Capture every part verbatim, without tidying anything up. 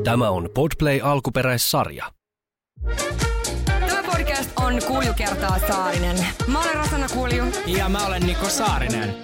Tämä on Podplay alkuperäissarja. Tämä podcast on Kulju kertaa Saarinen. Mä olen Rosanna Kulju. Ja mä olen Niko Saarinen.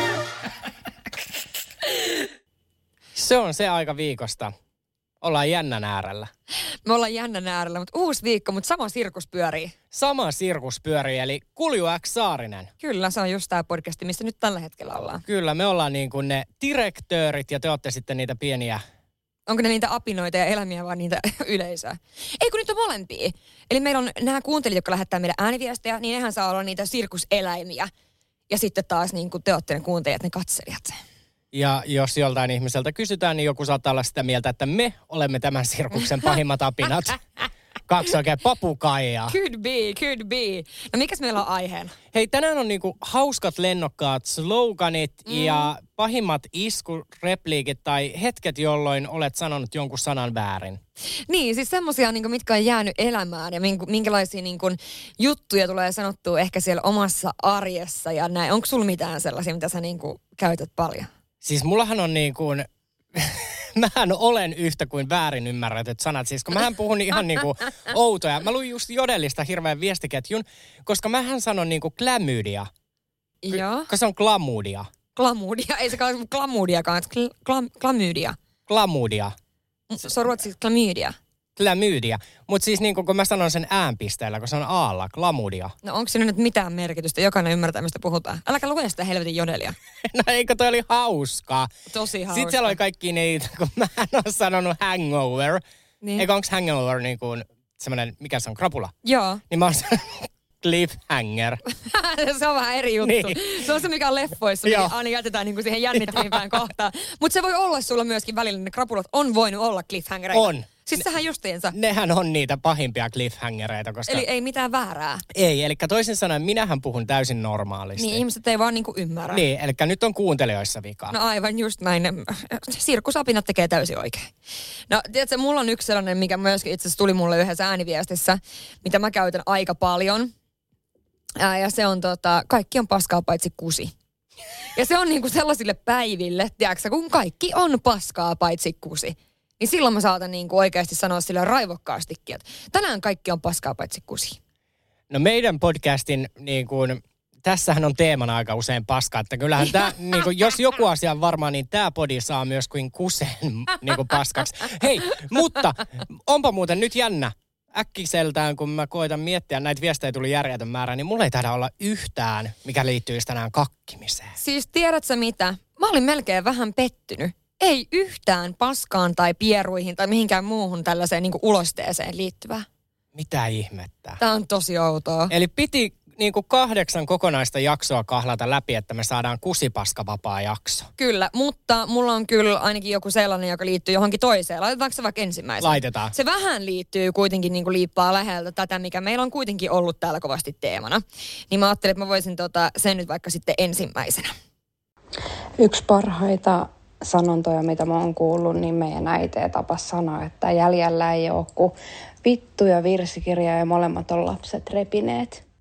Se on se aika viikosta. Ollaan jännän äärellä. Me ollaan jännän äärellä, mutta uusi viikko, mutta sama sirkus pyörii. Sama sirkus pyörii, eli Kulju X Saarinen. Kyllä, se on just tää podcasti, missä nyt tällä hetkellä ollaan. Kyllä, me ollaan niin kuin ne direktöörit ja te olette sitten niitä pieniä... Onko ne niitä apinoita ja eläimiä vai niitä yleisöä? Ei, kun nyt on molempia. Eli meillä on nämä kuuntelijat, jotka lähettää meille ääniviestejä, niin nehän saa olla niitä sirkuseläimiä. Ja sitten taas niin kuin te olette ne kuuntelijat, ne katselijat. Ja jos joltain ihmiseltä kysytään, niin joku saattaa olla sitä mieltä, että me olemme tämän sirkuksen pahimmat apinat. Kaksi oikein papukaijaa. Could be, could be. No mikäs meillä on aiheena? Hei, tänään on niinku hauskat lennokkaat sloganit mm. ja pahimmat iskurepliikit tai hetket, jolloin olet sanonut jonkun sanan väärin. Niin, siis semmosia, niin mitkä on jäänyt elämään ja minkälaisia niin kuin, juttuja tulee sanottua ehkä siellä omassa arjessa ja näin. Onko sulla mitään sellaisia, mitä sä niin kuin, käytät paljon? Siis mullahan on niin kuin... Mähän olen yhtä kuin väärin ymmärretyt sanat. Siis kun mähän puhun ihan niinku outoja. Mä luin just Jodelista hirveän viestiketjun, koska mähän sanon niinku klamydia. Joo. Koska se on klamudia. Klamudia. Ei se ole klamudiakaan, klam, klamydia. Klamudia. Se on ruotsiksi klamydia. Klamydia. Mutta siis niinku kun mä sanon sen äänpisteellä, kun se on aalla, klamudia. No onko siinä nyt mitään merkitystä? Jokainen ymmärtää, mistä puhutaan. Äläkä lue sitä helvetin Jodelia. No eikö toi oli hauskaa? Tosi hauskaa. Sitten siellä oli kaikki niitä, kun mä en ole sanonut hangover. Niin. Eikö onko hangover niin kuin semmoinen, mikä se on, krapula? Joo. Niin mä oon sanonut cliffhanger. Se on vähän eri juttu. Niin. Se on se, mikä on leffoissa, mikä aina jätetään niinku siihen jännittävimpään kohtaan. Mutta se voi olla sulla myöskin välillä, ne krapulat on voinut olla cliffhangereita. On. Siis sehän justiinsa. Nehän on niitä pahimpia cliffhangereita, koska... Eli ei mitään väärää. Ei, eli toisin sanoen minähän puhun täysin normaalisti. Niin, ihmiset ei vaan niinku ymmärrä. Niin, eli nyt on kuuntelijoissa vika. No aivan just näin. Sirkusapinat tekee täysin oikein. No, tiedätkö, mulla on yksi sellainen, mikä myöskin itse asiassa tuli mulle yhdessä ääniviestissä, mitä mä käytän aika paljon. Ää, ja se on tota, kaikki on paskaa paitsi kusi. Ja se on niinku sellaisille päiville, tiedätkö, kun kaikki on paskaa paitsi kusi. Niin silloin mä saatan niinku oikeasti sanoa sille raivokkaastikin, että tänään kaikki on paskaa paitsi kusi. No meidän podcastin, niin kuin, tässähän on teemana aika usein paska, että kyllähän tämä, niin kuin, jos joku asia on varmaan, niin tämä podi saa myös kuin kuseen niin kuin paskaksi. Hei, mutta onpa muuten nyt jännä. Äkkiseltään, kun mä koitan miettiä, näitä viestejä tuli järjetön määrä, niin mulla ei taida olla yhtään, mikä liittyy tänään kakkimiseen. Siis tiedätkö mitä? Mä olin melkein vähän pettynyt. Ei yhtään paskaan tai pieruihin tai mihinkään muuhun tällaiseen niin kuin ulosteeseen liittyvää. Mitä ihmettä? Tää on tosi outoa. Eli piti niin kuin kahdeksan kokonaista jaksoa kahlata läpi, että me saadaan kusipaskavapaa jakso. Kyllä, mutta mulla on kyllä ainakin joku sellainen, joka liittyy johonkin toiseen. Laitetaanko se vaikka ensimmäisenä? Laitetaan. Se vähän liittyy kuitenkin niin kuin liippaa läheltä tätä, mikä meillä on kuitenkin ollut täällä kovasti teemana. Niin mä ajattelin, että mä voisin tota, sen nyt vaikka sitten ensimmäisenä. Yksi parhaita sanontoja, mitä mä oon kuullut, niin meidän äiti tapas sanoa, että jäljellä ei ole kuin vittu ja virsikirja ja molemmat on lapset repineet.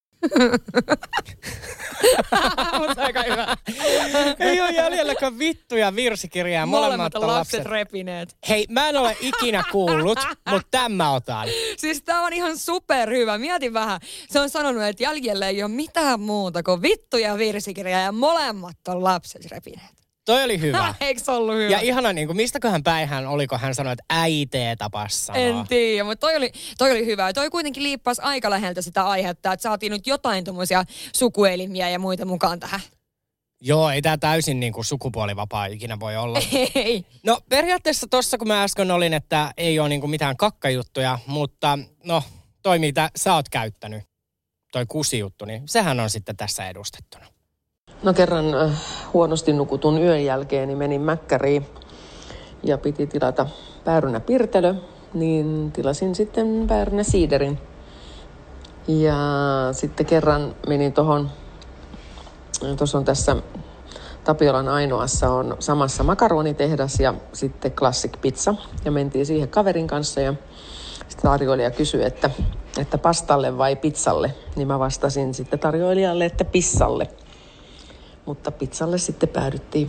Mutta aika hyvä. Ei ole jäljelläkään vittu ja virsikirjaa. Molemmat, molemmat on lapset, lapset repineet. Hei, mä en ole ikinä kuullut, mutta tämän mä otan. Siis tää on ihan superhyvä. Mietin vähän. Se on sanonut, että jäljellä ei ole mitään muuta kuin vittu ja virsikirja ja molemmat on lapset repineet. Toi oli hyvä. Eikö se ollut hyvä? Ja ihana, niin kuin, mistäköhän päin hän oliko, hän sanoi, että äitee tapas sanoa. En tiedä, mutta toi oli, toi oli hyvä. Toi kuitenkin liippasi aika läheltä sitä aihetta, että saatiin nyt jotain tommosia sukuelimiä ja muita mukaan tähän. Joo, ei tää täysin niin kuin sukupuolivapaa ikinä voi olla. Ei. No periaatteessa tossa, kun mä äsken olin, että ei ole niin kuin mitään kakkajuttuja, mutta no toi mitä sä oot käyttänyt, toi kusijuttu, niin sehän on sitten tässä edustettuna. No kerran äh, huonosti nukutun yön jälkeen niin menin Mäkkäriin ja piti tilata päärynä pirtelö, niin tilasin sitten päärynä siiderin. Ja sitten kerran menin tuohon, tuossa on tässä Tapiolan Ainoassa on samassa makaronitehdas ja sitten Classic Pizza. Ja mentiin siihen kaverin kanssa ja sitten tarjoilija kysyi, että, että pastalle vai pizzalle. Niin mä vastasin sitten tarjoilijalle, että pissalle. Mutta pizzalle sitten päädyttiin.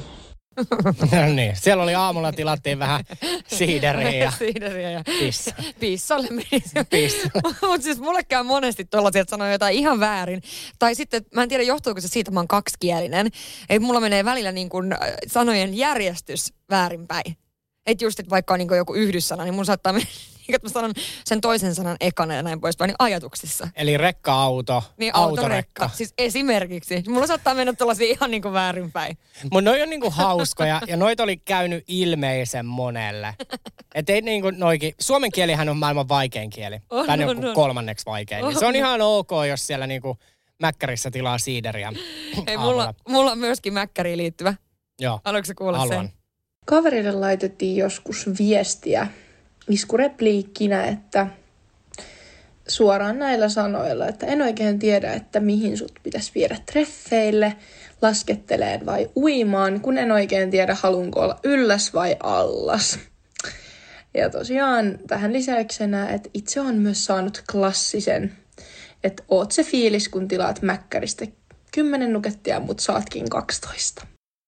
No niin, siellä oli aamulla tilattiin vähän siideriä ja siideriä ja pissa. Pissalle meni. Pissa. Mutta siis mulle käy monesti tuollaisia, että sanoo jotain ihan väärin. Tai sitten, mä en tiedä johtuuko se siitä, että mä oon kaksikielinen. Että mulla menee välillä niin kuin sanojen järjestys väärinpäin. Että just, että vaikka on niin kuin joku yhdyssana, niin mun saattaa mennä, että mä sanon sen toisen sanan ekana ja näin poispäin, niin ajatuksissa. Eli rekka-auto, niin, autorekka. Siis esimerkiksi. Mulla saattaa mennä tuollaisia ihan niin kuin väärinpäin. Mutta noi on niinku hauskoja ja noita oli käynyt ilmeisen monelle. Et ei niinku noikin, suomen kielihän on maailman vaikein kieli. On, tai on, niinku on. kolmanneksi vaikein. Niin se on ihan ok, jos siellä niinku mäkkärissä tilaa siideriä. Ei, mulla, mulla on myöskin mäkkäriin liittyvä. Joo. Haluatko sä kuulla Haluan. sen? Kaverille laitettiin joskus viestiä iskurepliikkinä, että suoraan näillä sanoilla, että en oikein tiedä, että mihin sut pitäisi viedä treffeille, lasketteleen vai uimaan, kun en oikein tiedä, haluanko olla ylläs vai allas. Ja tosiaan tähän lisäyksenä, että itse on myös saanut klassisen, että oot se fiilis, kun tilaat mäkkäristä kymmenen nukettia, mutta saatkin kaksitoista.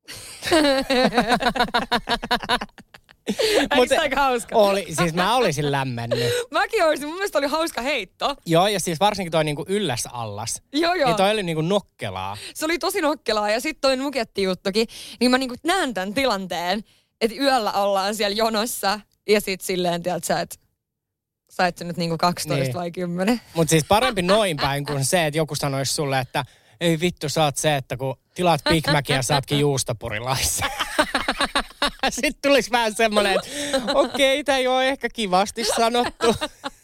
Eikö se aika hauska? Oli, siis mä olisin lämmennyt. Mäkin olisin, mun mielestä oli hauska heitto. Joo, ja siis varsinkin toi niinku ylläs allas. Joo, joo. Niin toi oli niinku nokkelaa. Se oli tosi nokkelaa ja sitten toi nuketti-juttukin, niin mä niinku näen tämän tilanteen, että yöllä ollaan siellä jonossa ja sit silleen, tiedät sä, että sait sä nyt niinku kaksitoista Niin. vai kymmenen. Mutta siis parempi noin päin kuin se, että joku sanoisi sulle, että ei vittu, sä oot se, että kun tilaat Big Macia, saatkin juustopurilaissa. Sitten tulisi vähän semmoinen, että okei, okay, tämä ei ole ehkä kivasti sanottu.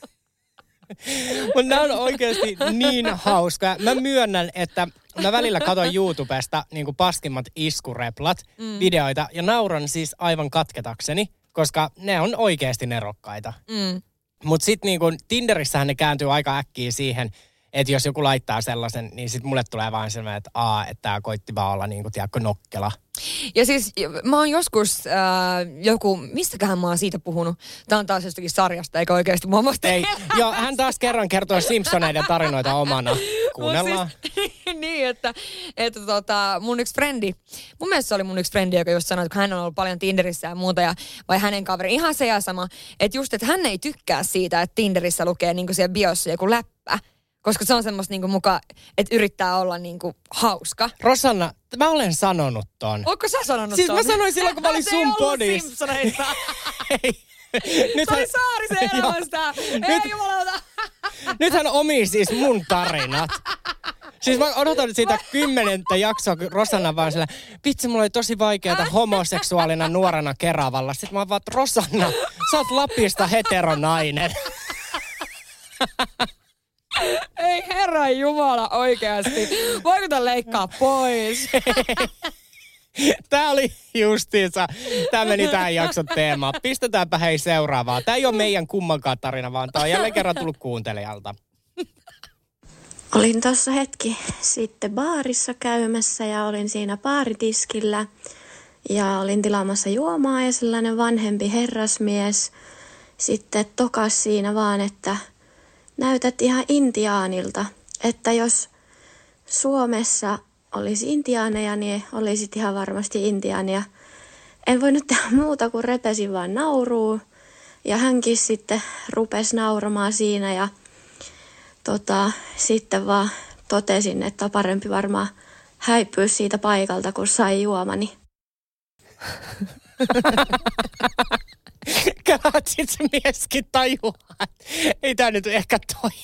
Mutta nämä on oikeasti niin hauskoja. Mä myönnän, että mä välillä katon YouTubesta niin kuin paskimmat iskureplat, mm. videoita, ja nauran siis aivan katketakseni, koska ne on oikeasti nerokkaita. Mm. Mutta sitten niin kuin Tinderissähän ne kääntyy aika äkkiä siihen, että jos joku laittaa sellaisen, niin sitten mulle tulee vaan sellainen, että aa, että tämä koitti vaan olla niin kuin, tiedätkö, nokkela. Ja siis mä oon joskus äh, joku, mistäköhän mä oon siitä puhunut? Tää on taas jostakin sarjasta, eikä oikeasti muomosta. Ei, joo, hän taas kerran kertoo Simpsoneiden tarinoita omana. Kuunnellaan. Siis, niin, että, että tota, mun yksi frendi, mun mielestä se oli mun yksi frendi, joka just sanoi, että hän on ollut paljon Tinderissä ja muuta, ja, vai hänen kaveri, ihan se ja sama, että just, että hän ei tykkää siitä, että Tinderissä lukee niinku siellä biossa joku läppä. Koska se on semmoista niinku muka, että yrittää olla niinku hauska. Rosanna, mä olen sanonut ton. Ootko sä sanonut Siis ton? mä sanoin silloin, kun mä olin Se sun ei ollut podissa. Simpsoneista. Ei. Se Nythän, oli Saarisen elämästä. Ei jumalauta. nyt hän omii siis mun tarinat. Siis mä odotan sitä kymmenettä jaksoa, kun Rosanna vaan sillä, vitsi, mulla oli tosi vaikeaa homoseksuaalina nuorena Keravalla. Sitten mä vaan, että Rosanna, sä oot Lapista heteronainen. Ei herran jumala oikeasti. Voiko tän leikkaa pois? Tää oli justiinsa, tää meni tähän jakson teemaan. Pistetäänpä hei seuraavaa. Tää ei ole meidän kummankaan tarina, vaan tää on jälleen kerran tullut kuuntelijalta. Olin tuossa hetki sitten baarissa käymässä ja olin siinä baaritiskillä ja olin tilaamassa juomaa ja sellainen vanhempi herrasmies sitten tokas siinä vaan, että näytät ihan intiaanilta, että jos Suomessa olisi intiaaneja, niin olisit ihan varmasti intiaania. En voinut tehdä muuta kuin repesin vaan nauruun ja hänkin sitten rupesi nauramaan siinä ja tota, sitten vaan totesin, että parempi varmaan häipyä siitä paikalta, kun sai juomani. Kelaat sit se mieskin tajuaa, ei tää nyt ehkä toimi.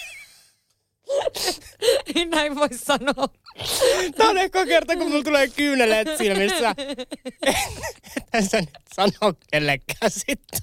Ei näin voi sanoa. Tää on ehkä kerta, kun mulla tulee kyyneleet silmissä. En sä nyt sano kellekään sitten.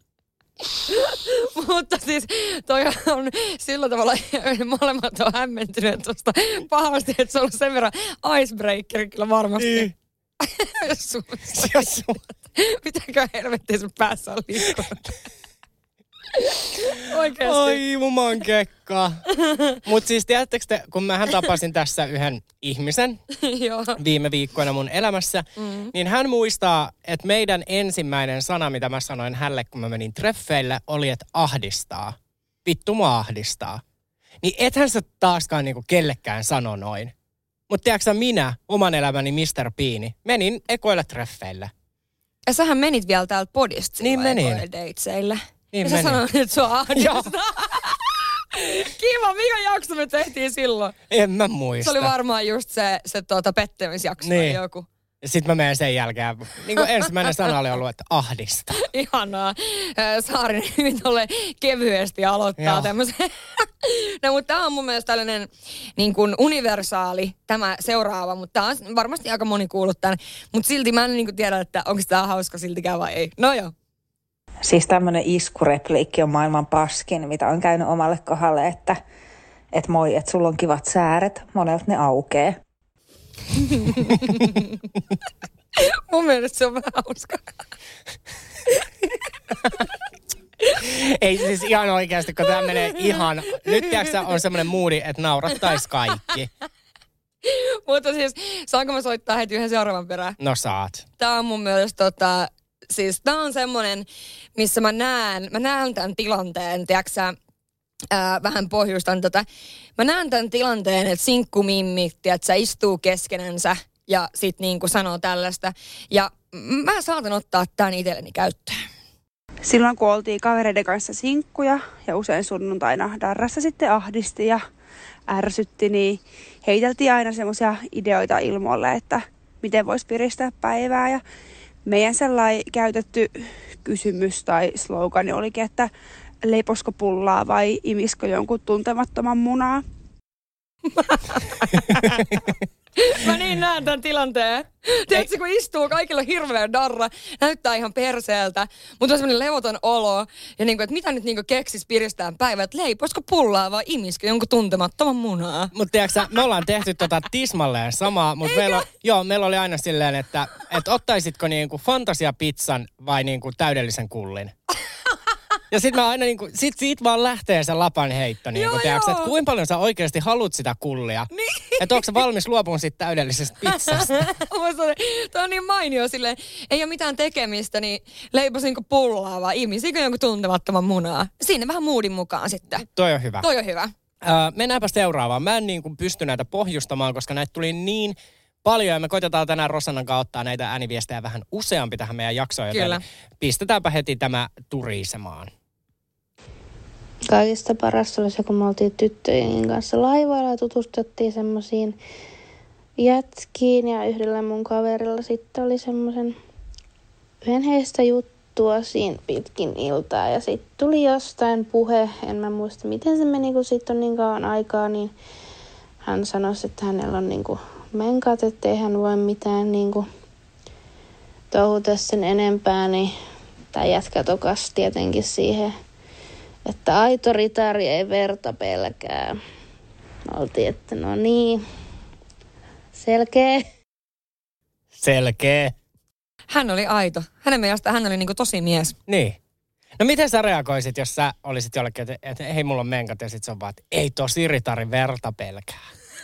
Mutta siis toi on sillä tavalla, molemmat on hämmentyneet tuosta pahasti, että se on ollut sen verran icebreaker kyllä varmasti. Niin. Jos sun, Jos sun. mitäkö helvettiä sun päässä on liikkunut? Oikeasti. Oi muman kekka. Mut siis tiedättekö te, kun mähän tapasin tässä yhden ihmisen Joo. viime viikkoina mun elämässä, mm. niin hän muistaa, että meidän ensimmäinen sana, mitä mä sanoin hänelle, kun mä menin treffeille, oli, että ahdistaa. Vittu mua ahdistaa. Niin ethän sä taaskaan niinku kellekään sano noin. Mutta tiedätkö minä, oman elämäni mister Beani, menin ekoille treffeille. Ja sähän menit vielä täältä podista. Niin menin. Dateseille. Niin ja menin. sä sanoit, että sua ahdistaa. Kiva, mikä jakso me tehtiin silloin? En mä muista. Se oli varmaan just se, se tuota pettämisjakso niin. tai joku. Ja sit mä menen sen jälkeen. Niin kuin ensimmäinen sana oli ollut, että ahdista. Ihanaa. Saarinen hyvin tolle kevyesti aloittaa tämmöisen. No, mutta tämä on mun mielestä tällainen niin kuin universaali, tämä seuraava, mutta tämä on varmasti aika moni kuullut tämän. Mutta silti mä en niin kuin tiedä, että onko tämä hauska siltikään vai ei. No joo. Siis tämmöinen iskurepliikki on maailman paskin, mitä on käynyt omalle kohdalle, että et moi, että sulla on kivat sääret, monelta ne aukee. Mun mielestä se on vähän hauska. Ei siis ihan oikeasti, kun tämä menee ihan... Nyt tiiäksä, on semmoinen moodi, että naurattaisi kaikki. Mutta siis, saanko mä soittaa heti yhden seuraavan perään? No saat. Tää on mun mielestä tota... Siis tää on semmonen, missä mä näen, mä näen tämän tilanteen, tiiäksä, ää, vähän pohjustan tätä. Mä näen tämän tilanteen, että sinkkumimmi, tiiäksä, istuu keskenänsä ja sit niinku sanoo tällaista. Ja mä saatan ottaa tän itselleni käyttöön. Silloin kun oltiin kavereiden kanssa sinkkuja ja usein sunnuntaina darrassa sitten ahdisti ja ärsytti, niin heiteltiin aina semmoisia ideoita ilmoille, että miten voisi piristää päivää. Ja meidän sellainen käytetty kysymys tai slogani olikin, että leiposko pullaa vai imiskö jonkun tuntemattoman munaa. Mä niin näen tämän tilanteen. Tiedätkö, kun istuu, kaikilla on hirveä darra, näyttää ihan perseeltä, mutta on semmoinen levoton olo. Ja niin kuin, että mitä nyt niin kuin keksis piristää päivää, että leiposko pullaa vai imiskö jonkun tuntemattoman munaa. Mutta tiedätkö, me ollaan tehty tota tismalleen samaa, mutta meillä, joo, meillä oli aina silleen, että et ottaisitko niinku fantasiapizzan vai niinku täydellisen kullin. Ja sit mä aina niinku, sit siitä vaan lähtee se lapan heitto, niinku, Joo, tiedätkö, joo. että kuinka paljon sä oikeasti haluat sitä kullia. Niin. Että onko sä valmis luopumaan siitä täydellisestä pizzasta. Tämä on niin mainio silleen, ei ole mitään tekemistä, niin leiposinko pullaa vai imisikö jonkun tuntemattoman munaa. Siinä vähän moodin mukaan sitten. Toi on hyvä. Toi on hyvä. Öö, mennäänpä seuraavaan. Mä en niin kuin pysty näitä pohjustamaan, koska näitä tuli niin paljon. Ja me koitetaan tänään Rosannan kanssa ottaa näitä ääniviestejä vähän useampi tähän meidän jaksoon. Joten Kyllä. Pistetäänpä heti tämä turisemaan. Kaikista parasta oli se, kun me oltiin tyttöjen kanssa laivoilla ja tutustuttiin semmoisiin jätkiin. Ja yhdellä mun kaverilla sitten oli semmoisen yhden heistä juttua siinä pitkin iltaa. Ja sitten tuli jostain puhe, en mä muista miten se meni, kun siitä on niin kauan aikaa, niin hän sanoi, että hänellä on niinku menkat, ettei hän voi mitään niinku touhuta sen enempää, niin tämä jätkä tokas tietenkin siihen, että aito ritari ei verta pelkää. Oltiin, että no niin, selkeä. Selkeä. Hän oli aito. Hänen mielestä hän oli niinku tosi mies. Niin. No miten sä reagoisit, jos sä olisit jollekin, että, että hei, mulla on menkat, ja sit se on vaan, että ei tosi ritari verta pelkää.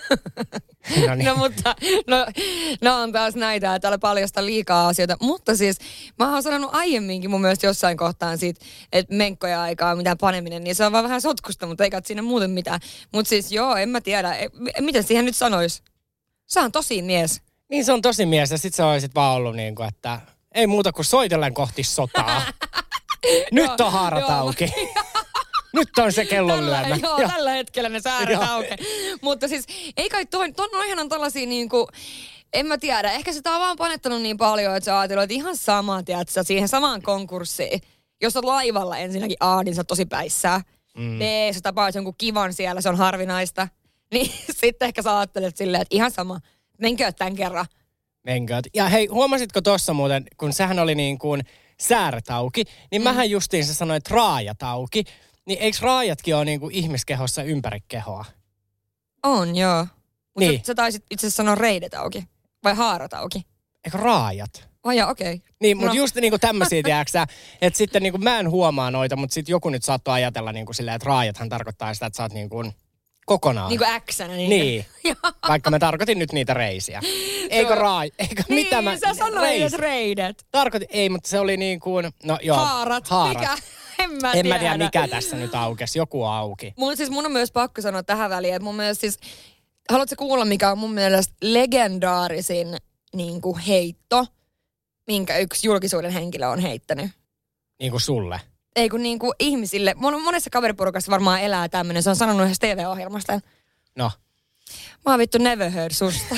No niin. No mutta, no, no on taas näitä, että täällä paljasta liikaa asioita. Mutta siis, mä oon sanonut aiemminkin mun mielestä jossain kohtaan siitä, että menkkoja aikaa mitään paneminen, niin se on vaan vähän sotkusta, mutta eikä siinä muuten mitään. Mutta siis joo, en mä tiedä, e, miten siihen nyt sanois? Se on tosi mies. Niin se on tosi mies, ja sit sä olisit vaan ollut niin kuin, että ei muuta kuin soitellen kohti sotaa. Nyt on haarat auki. Nyt on se kellonlyömä. Tällä, joo, Joo. tällä hetkellä ne sääret aukeaa. Mutta siis, ei kai tuon, tuon on ihan tällaisia niinku, en mä tiedä, ehkä sitä on vaan panettanut niin paljon, että sä ajatellut, että ihan sama, tiedätkö, siihen samaan konkurssiin. Jos on laivalla ensinnäkin A, niin sä oot tosi päissään. Mm. B, sä tapaat jonkun kivan siellä, se on harvinaista. Niin sitten ehkä sä ajattelet silleen, että ihan sama, menkö tämän kerran. Menkööt. Ja hei, huomasitko tuossa muuten, kun sähän oli niin kuin sääret auki, niin mm. mähän justiin sä sanoit raajat auki. Niin eikö raajatkin ole niin kuin ihmiskehossa ympäri kehoa? On, joo. Mutta Niin. sä, sä taisit itse asiassa sanoa reidet auki. Vai haarat auki. Eikö raajat? Ai jaa, okei. Okay. Niin, mutta No. just niin kuin tämmöisiä, tiedäksä, että sitten niin kuin mä en huomaa noita, mutta sitten joku nyt saattoi ajatella niin kuin silleen, että raajathan tarkoittaa sitä, että sä oot niin kuin kokonaan. Niin kuin äksänä. Niin. Niin, vaikka mä tarkoitin nyt niitä reisiä. Eikö raaj, eikö Niin, mitä mä... sä sanoit, reis- että reidet. Tarkoitin, ei, mutta se oli niin kuin, no joo. Haarat. haarat. Mikä? En mä En tiedä. mä tiedä, mikä tässä nyt aukesi. Joku auki. Mun, siis mun on myös pakko sanoa tähän väliin, että mun mielestä siis haluatko kuulla, mikä on mun mielestä legendaarisin niin kuin heitto, minkä yksi julkisuuden henkilö on heittänyt? Niin kuin sulle? Ei kun niin kuin ihmisille. Monessa kaveriporukassa varmaan elää tämmöinen. Se on sanonut yhdessä T V-ohjelmasta. No. Mä oon vittu never heard susta.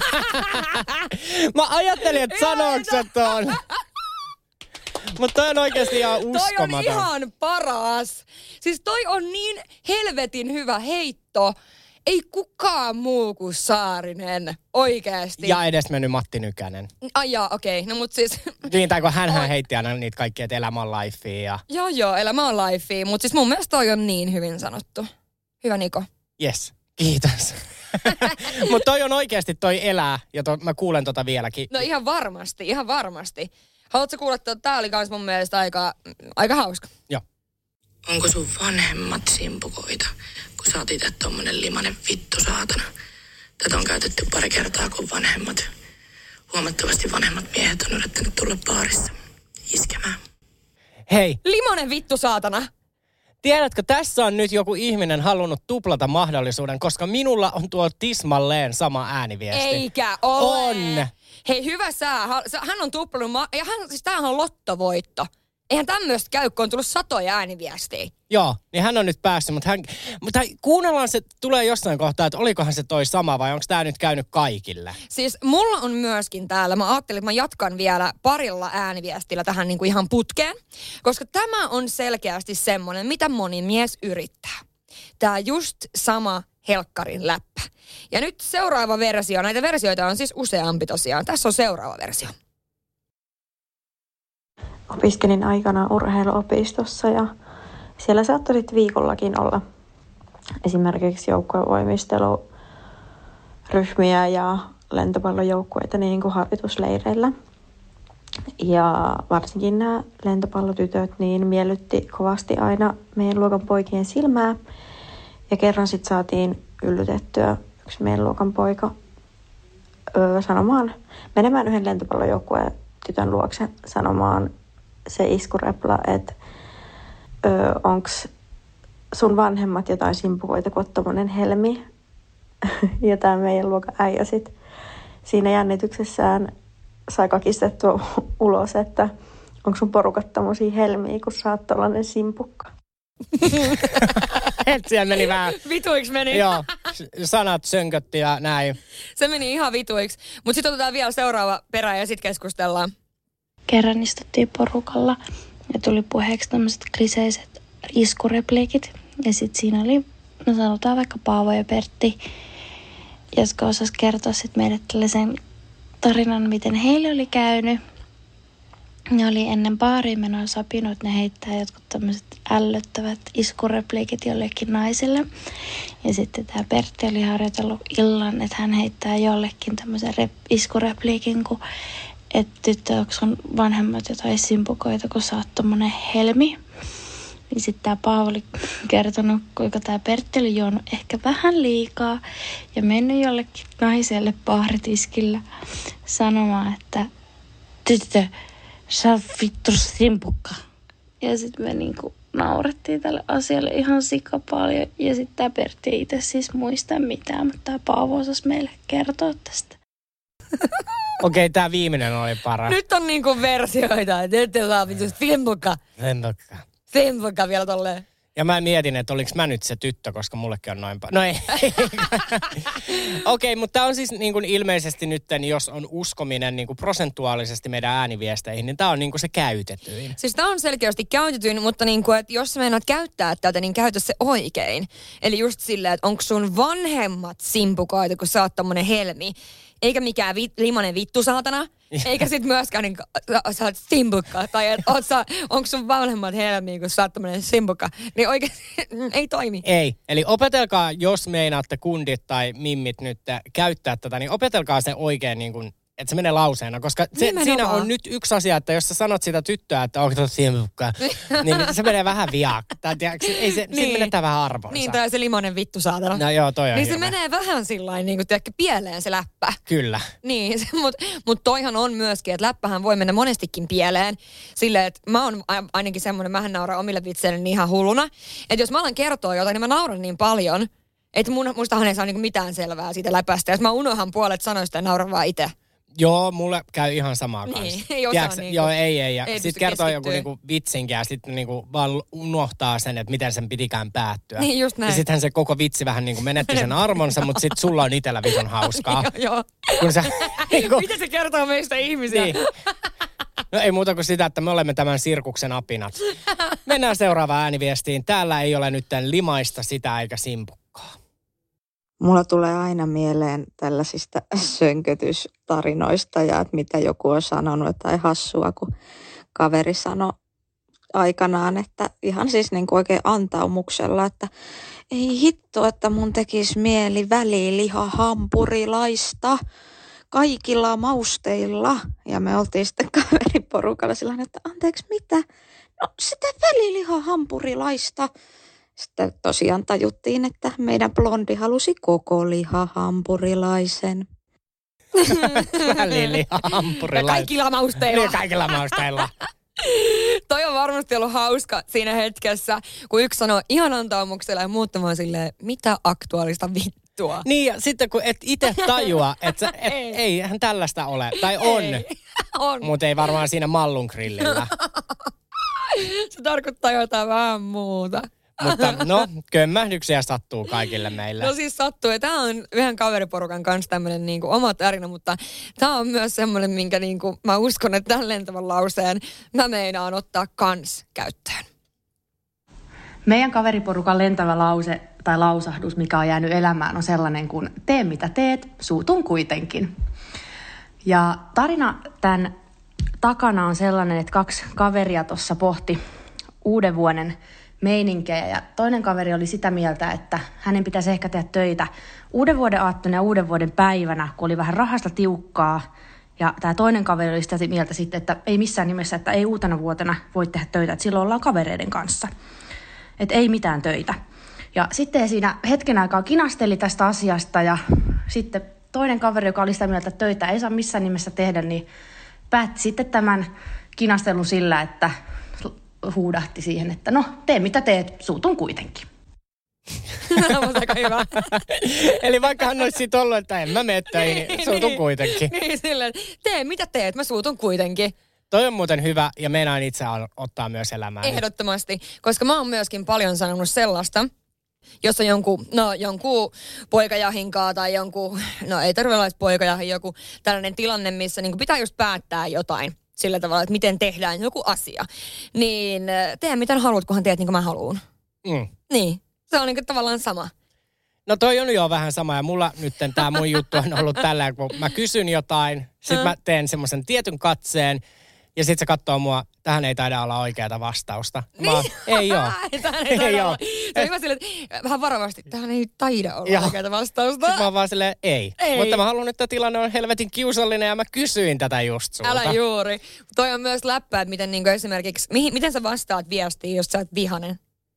Mä ajattelin, että sanooks sä ton. Mutta toi on oikeasti ihan uskomaton. Toi on ihan paras. Siis toi on niin helvetin hyvä heitto. Ei kukaan muu kuin Saarinen. Oikeesti. Ja edes mennyt Matti Nykänen. Ai jaa, okei. Okay. No mut siis... Niin, tai kun hänhän heitti aina niitä kaikkia, että elämä on lifea ja... Joo, joo, elämä on lifea. Mut siis mun mielestä toi on niin hyvin sanottu. Hyvä Niko. Yes, kiitos. Mutta toi on oikeasti toi elää, ja to, mä kuulen tota vieläkin. No ihan varmasti, ihan varmasti. Haluatko kuulla, että tää oli kans mun mielestä aika, aika hauska. Joo. Onko sun vanhemmat simpukoita, kun sä oot itse tommonen limanen vittu saatana? Tätä on käytetty pari kertaa, kun vanhemmat, huomattavasti vanhemmat miehet on yrittänyt tulla baarissa iskemään. Hei. Limonen vittu saatana. Tiedätkö, tässä on nyt joku ihminen halunnut tuplata mahdollisuuden, koska minulla on tuo tismalleen sama ääniviesti. Eikä ole. On. Hei, hyvä sää. Hän on tuplannut, ma- ja hän, siis tämähän on lottovoitto. Eihän tämmöistä käy, kun on tullut satoja ääniviestejä. Joo, niin hän on nyt päässyt, mutta, hän, mutta kuunnellaan se, tulee jossain kohtaa, että olikohan se toi sama vai onko tämä nyt käynyt kaikille? Siis mulla on myöskin täällä, mä ajattelin, että mä jatkan vielä parilla ääniviestillä tähän niinku ihan putkeen, koska tämä on selkeästi semmoinen, mitä moni mies yrittää. Tää just sama helkkarin läppä. Ja nyt seuraava versio, näitä versioita on siis useampi tosiaan. Tässä on seuraava versio. Opiskelin aikana urheiluopistossa ja siellä saattoi sitten viikollakin olla esimerkiksi joukkuevoimisteluryhmiä ja lentopallojoukkueita niin kuin harjoitusleireillä. Ja varsinkin nämä lentopallotytöt niin miellytti kovasti aina meidän luokan poikien silmää. Ja kerran sitten saatiin yllytettyä yksi meidän luokan poika öö, sanomaan, menemään yhden lentopallojoukkueen tytön luokse sanomaan se iskurepla, että onks sun vanhemmat jotain simpukoita, kun oot tommonen helmi. Ja tää meidän luokan äijä sit siinä jännityksessään sai kakistettua ulos, että onko sun porukat tommosia helmiä, kun sä oot tollanen simpukka. Et siellä meni vähän... Vituiksi meni. Joo, sanat sönkötti ja näin. Se meni ihan vituiksi. Mutta sitten otetaan vielä seuraava perä ja sitten keskustellaan. Kerran istuttiin porukalla ja tuli puheeksi tämmöiset kliseiset iskurepliikit. Ja sitten siinä oli, no sanotaan vaikka Paavo ja Pertti, jotka osas kertoa sitten meille tällaisen tarinan, miten heille oli käynyt. Ne oli ennen baariin menoa sopinut, että ne heittää jotkut tämmöiset ällöttävät iskurepliikit jollekin naiselle. Ja sitten tämä Pertti oli harjoitellut illan, että hän heittää jollekin tämmöisen rep- iskurepliikin, kun että tyttö, onko sun vanhemmat jotain simpukoita, kun sä oot tommonen helmi. Niin sitten tää Paavo oli kertonut, kuinka tää Pertti oli juonut ehkä vähän liikaa ja mennyt jollekin naiselle baaritiskillä sanomaan, että tyttö, sä oot vittu simpukka. Ja sitten me niinku naurettiin tälle asialle ihan sika paljon. Ja sitten tää Pertti ei itse siis muista mitään, mutta tää Paavo osasi meille kertoa tästä. Okei, okay, tää viimeinen oli paras. Nyt on niinku versioita, että nyt saa vittu simpukka. Simpukka. Simpukka vielä tolleen. Ja mä mietin, että oliks mä nyt se tyttö, koska mullekin on noin pa- No ei. Okei, okay, mutta tää on siis niin kuin ilmeisesti nyt, jos on uskominen niin kuin prosentuaalisesti meidän ääniviesteihin, niin tää on niin kuin se käytetyin. Siis tää on selkeästi käytetyin, mutta niin kuin, että jos sä meinaat käyttää tätä, niin käytä se oikein. Eli just silleen, että onko sun vanhemmat simpukoita, kun sä oot tommonen helmi. Eikä mikään vi- limanen vittu saatana. Eikä sit myöskään niin, sä, sä oot simpukka. Tai et, oot sä, onko sun vanhemmat helmiä, kun sä oot tämmönen simpukka. Niin oikein ei toimi. Ei. Eli opetelkaa, jos meinaatte kundit tai mimmit nyt käyttää tätä, niin opetelkaa se oikein niin kuin, että se menee lauseena. Koska se, siinä on nyt yksi asia, että jos sä sanot sitä tyttöä, että onko tuo simpukka, niin se menee vähän viaksi. Ei se, niin. Sit menetään vähän arvoisa. Niin, tai se limonen vittu saatana. No joo, toi on niin hirveä. Se menee vähän sillain niin kuin tiedätkö, pieleen se läppä. Kyllä. Niin, mutta mut toihan on myöskin, että läppähän voi mennä monestikin pieleen. Silleen, että mä oon ainakin semmoinen, mähän nauran omille vitseille niin ihan hulluna. Että jos mä alan kertoa jotain, niin mä nauran niin paljon, Että mun, mustahan ei saa niinku mitään selvää siitä läpästä. Jos mä unohan puolet sanoista ja nauran vaan itse. Joo, mulle käy ihan samaa kanssa. Niin, ei osaa Tiedätkö, niinku. Joo, ei, ei. Ja Ei sitten pysty kertoo keskittyä. joku niinku vitsinkin ja sitten niinku vaan unohtaa sen, että miten sen pidikään päättyä. Niin, just näin. Ja sittenhän se koko vitsi vähän niinku menetti sen armonsa, mutta sitten sulla on itsellä vitun hauskaa. Joo. Kun sä, niinku, Mitä se kertoo meistä ihmisiä? niin. No ei muuta kuin sitä, että me olemme tämän sirkuksen apinat. Mennään seuraavaan ääniviestiin. Täällä ei ole nyt limaista sitä eikä simpukkaa. Mulla tulee aina mieleen tällaisista sönkötystarinoista ja että mitä joku on sanonut tai hassua, kun kaveri sanoi aikanaan, että ihan siis niin kuin oikein antaumuksella, että ei hitto, että mun tekisi mieli väliliha hampurilaista kaikilla mausteilla. Ja me oltiin sitten kaveriporukalla sellainen, että anteeksi mitä? No sitä väliliha hampurilaista. Sitten tosiaan tajuttiin, että meidän blondi halusi koko liha hampurilaisen. Väliliha hampurilaisen. Kaikilla mausteilla. Niin, kaikilla mausteilla. Toi on varmasti ollut hauska siinä hetkessä, kun yksi sanoo ihan antaumuksella ja muuttamaan silleen, mitä aktuaalista vittua. Niin, ja sitten kun et itse tajua, että et, Ei. eihän tällaista ole. Tai on, On. mutta ei varmaan siinä mallun grillillä. Se tarkoittaa jotain vähän muuta. Mutta no, kömmähdyksiä sattuu kaikille meille. No siis sattuu. Ja tää on yhden kaveriporukan kanssa tämmönen niinku oma tarina, mutta tää on myös semmoinen, minkä niinku, mä uskon, että tämän lentävän lauseen mä meinaan ottaa kans käyttöön. Meidän kaveriporukan lentävä lause tai lausahdus, mikä on jäänyt elämään, on sellainen kuin tee mitä teet, suutun kuitenkin. Ja tarina tämän takana on sellainen, että kaksi kaveria tuossa pohti uuden vuoden meininkejä ja toinen kaveri oli sitä mieltä, että hänen pitäisi ehkä tehdä töitä uuden vuoden aattona ja uuden vuoden päivänä, kun oli vähän rahasta tiukkaa. Ja tämä toinen kaveri oli sitä mieltä sitten, että ei missään nimessä, että ei uutena vuotena voi tehdä töitä, että silloin ollaan kavereiden kanssa. Että ei mitään töitä. Ja sitten siinä hetken aikaa kinasteli tästä asiasta ja sitten toinen kaveri, joka oli sitä mieltä, että töitä ei saa missään nimessä tehdä, niin päätti sitten tämän kinastelun sillä, että huudahti siihen, että no tee mitä teet, suutun kuitenkin. Tämä on aika hyvä. Eli vaikka hän olisi siitä ollut, että en mä mene töihin, niin, suutun niin, kuitenkin. Niin silleen, tee mitä teet, mä suutun kuitenkin. Toi on muuten hyvä ja meinaan itse ottaa myös elämään. Ehdottomasti, koska mä oon myöskin paljon sanonut sellaista, jos on jonkun, no jonkun poikajahinkaa tai jonkun, no ei tarvitse olla poikajahin, joku tällainen tilanne, missä niin pitää just päättää jotain sillä tavalla, että miten tehdään joku asia. Niin tee miten haluat, kunhan teet niin kuin mä haluun. Mm. Niin, se on niin kuin tavallaan sama. No toi on jo vähän sama ja mulla nyt tämä mun juttu on ollut tällä, kun mä kysyn jotain, sit mä teen semmoisen tietyn katseen ja sit se katsoo mua, tähän ei taida olla oikeata vastausta. Mä oon, ei oo. Tähän ei, ei oo. Se on hyvä silleen, että vähän varovasti, tähän ei taida olla ja oikeata vastausta. Sitten mä oon vaan silleen, ei. ei. Mutta mä haluan, että tilanne on helvetin kiusallinen ja mä kysyin tätä just sulta. Älä juuri. Toi on myös läppä, että miten niinku esimerkiksi, mihin, miten sä vastaat viestiin, jos sä oot vihanen?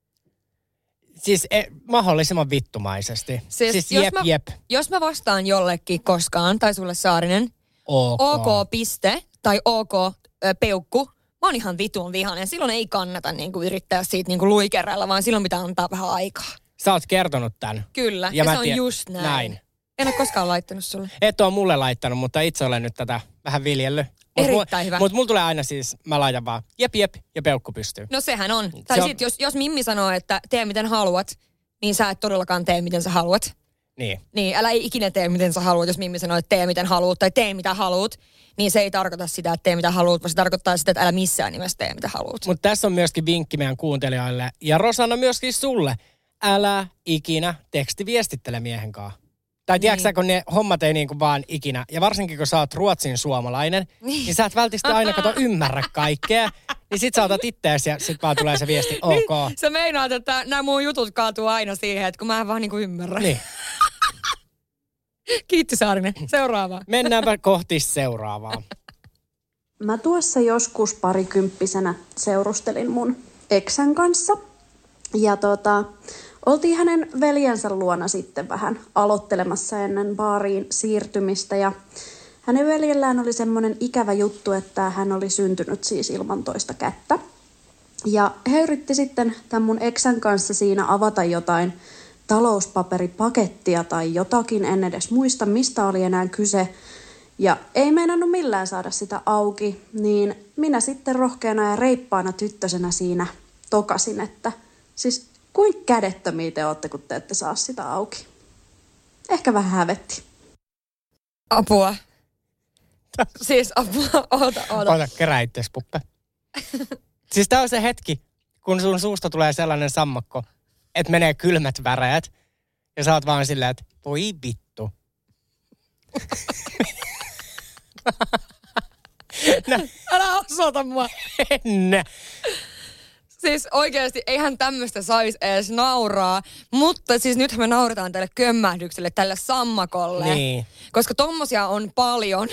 Siis e, mahdollisimman vittumaisesti. Siis, siis jos jep, mä, jep. Jos mä vastaan jollekin koskaan, tai sulle Saarinen, ok, ok piste, tai ok ö, peukku, mä oon ihan vitun vihanen. Silloin ei kannata niinku yrittää siitä niinku luikerrella, vaan silloin pitää antaa vähän aikaa. Sä oot kertonut tän. Kyllä, ja, ja ja se on tiedän, just näin. näin. En ole koskaan laittanut sulle. Et ole mulle laittanut, mutta itse olen nyt tätä vähän viljellyt. Mut Erittäin mu- hyvä. Mutta mulla tulee aina siis, mä laitan vaan jep jep ja peukku pystyy. No sehän on. Tai on... sit jos, jos Mimmi sanoo, että tee miten haluat, niin sä et todellakaan tee miten sä haluat. Niin. Niin, älä ei ikinä tee miten sä haluat, jos Mimmi sanoo, että tee miten haluat tai tee mitä haluat. Niin se ei tarkoita sitä, että tee mitä haluat, vaan se tarkoittaa sitä, että älä missään nimessä tee mitä haluat. Mutta tässä on myöskin vinkki meidän kuuntelijoille ja Rosanna myöskin sulle. Älä ikinä tekstiviestittele miehen kanssa. Tai tiedätkö niin. kun ne hommat ei niinku vaan ikinä, ja varsinkin kun sä oot ruotsin suomalainen, niin, niin sä et välttämättä aina kato ymmärrä kaikkea. Niin sit sä otat ittees ja sit vaan tulee se viesti, ok. Niin, sä meinaat, että nämä mun jutut kaatuu aina siihen, että kun mä en vaan niinku ymmärrä. Niin. Kiitti Saarinen. Seuraavaa. Mennäänpä kohti seuraavaa. Mä tuossa joskus parikymppisenä seurustelin mun eksän kanssa. Ja tota, oltiin hänen veljensä luona sitten vähän aloittelemassa ennen baariin siirtymistä. Ja hänen veljellään oli semmoinen ikävä juttu, että hän oli syntynyt siis ilman toista kättä. Ja he yritti sitten tämän mun eksän kanssa siinä avata jotain talouspaperipakettia tai jotakin, en edes muista mistä oli enää kyse. Ja ei meinannut millään saada sitä auki, niin minä sitten rohkeana ja reippaana tyttösenä siinä tokasin, että siis kuinka kädettömiä te olette, kun te ette saa sitä auki. Ehkä vähän hävetti. Apua. Siis apua, oota, oota. Oota, kerää itses, Puppe. Siis tää on se hetki, kun sun suusta tulee sellainen sammakko, että menee kylmät väreät, ja sä oot vaan silleen, että voi vittu. Älä osoita mua. En. Siis oikeasti eihän tämmöistä saisi edes nauraa, mutta siis nythän me naurataan tälle kömmähdykselle, tälle sammakolle. Niin. Koska tommosia on paljon.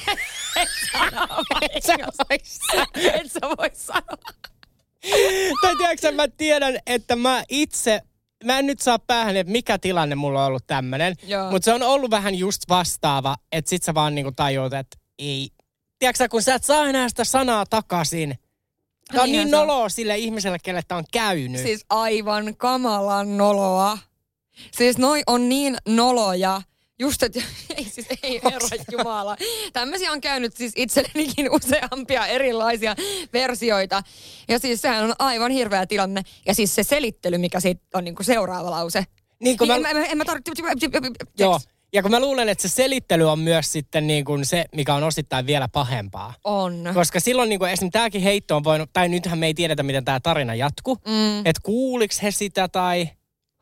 Et sä voi sanoa. Et sä voi sanoa. Tai tiedätkö, mä tiedän, että mä itse, mä en nyt saa päähän, että mikä tilanne mulla on ollut tämmönen. Mutta se on ollut vähän just vastaava, että sit sä vaan niinku tajuut, että ei. Tiedätkö, kun sä et saa enää sitä sanaa takaisin. Tää on niin noloa sille ihmiselle, kelle tää on käynyt. Siis aivan kamalan noloa. Siis noi on niin noloja. Just, että ei siis ei herra jumala. Tämmöisiä on käynyt siis itsellenikin useampia erilaisia versioita. Ja siis sehän on aivan hirveä tilanne. Ja siis se selittely, mikä siitä on niinku seuraava lause. Niin kuin niin mä... En, en, en mä tarvitse... Joo. Ja kun mä luulen, että se selittely on myös sitten niin kuin se, mikä on osittain vielä pahempaa. On. Koska silloin niin kuin esimerkiksi tämäkin heitto on voinut, tai nythän me ei tiedetä, miten tämä tarina jatkuu. Mm. Että kuuliks he sitä tai...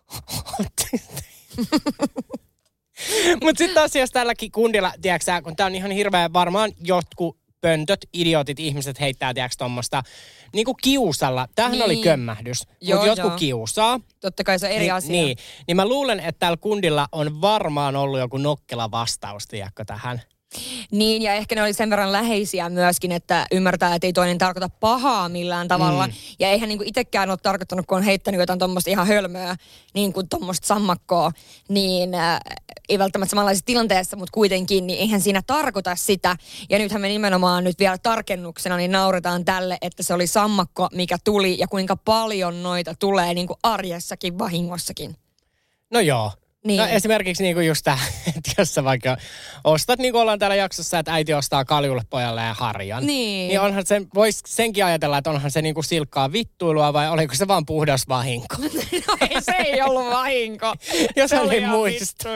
Mutta sitten taas jos tälläkin kundilla, tiedätkö kun tää on ihan hirveä, varmaan jotkut pöntöt, idiotit, ihmiset heittää, tiedätkö tommoista, niinku kiusalla. Tämähän niin. oli kömmähdys, mutta jotkut kiusaa. Totta kai se on eri Ni, asia. Niin, niin mä luulen, että täällä kundilla on varmaan ollut joku nokkela vastaus, tiedätkö, tähän. Niin, ja ehkä ne oli sen verran läheisiä myöskin, että ymmärtää, että ei toinen tarkoita pahaa millään tavalla. Mm. Ja eihän niinku itsekään ole tarkoittanut, kun on heittänyt jotain tommoista ihan hölmöä, niin kuin tommoista sammakkoa, niin äh, ei välttämättä samanlaisessa tilanteessa, mutta kuitenkin, niin eihän siinä tarkoita sitä. Ja nythän me nimenomaan nyt vielä tarkennuksena, niin nauretaan tälle, että se oli sammakko, mikä tuli, ja kuinka paljon noita tulee niin kuin arjessakin, vahingossakin. No joo. Niin. No esimerkiksi niinku just tämä, että jos sä vaikka ostat, niin kuin ollaan täällä jaksossa, että äiti ostaa Kaljulle pojalle ja harjan. Niin. Niin onhan sen, vois senkin ajatella, että onhan se niinku silkkaa vittuilua vai oliko se vaan puhdas vahinko? No ei, se ei ollut vahinko. Jos se oli muista.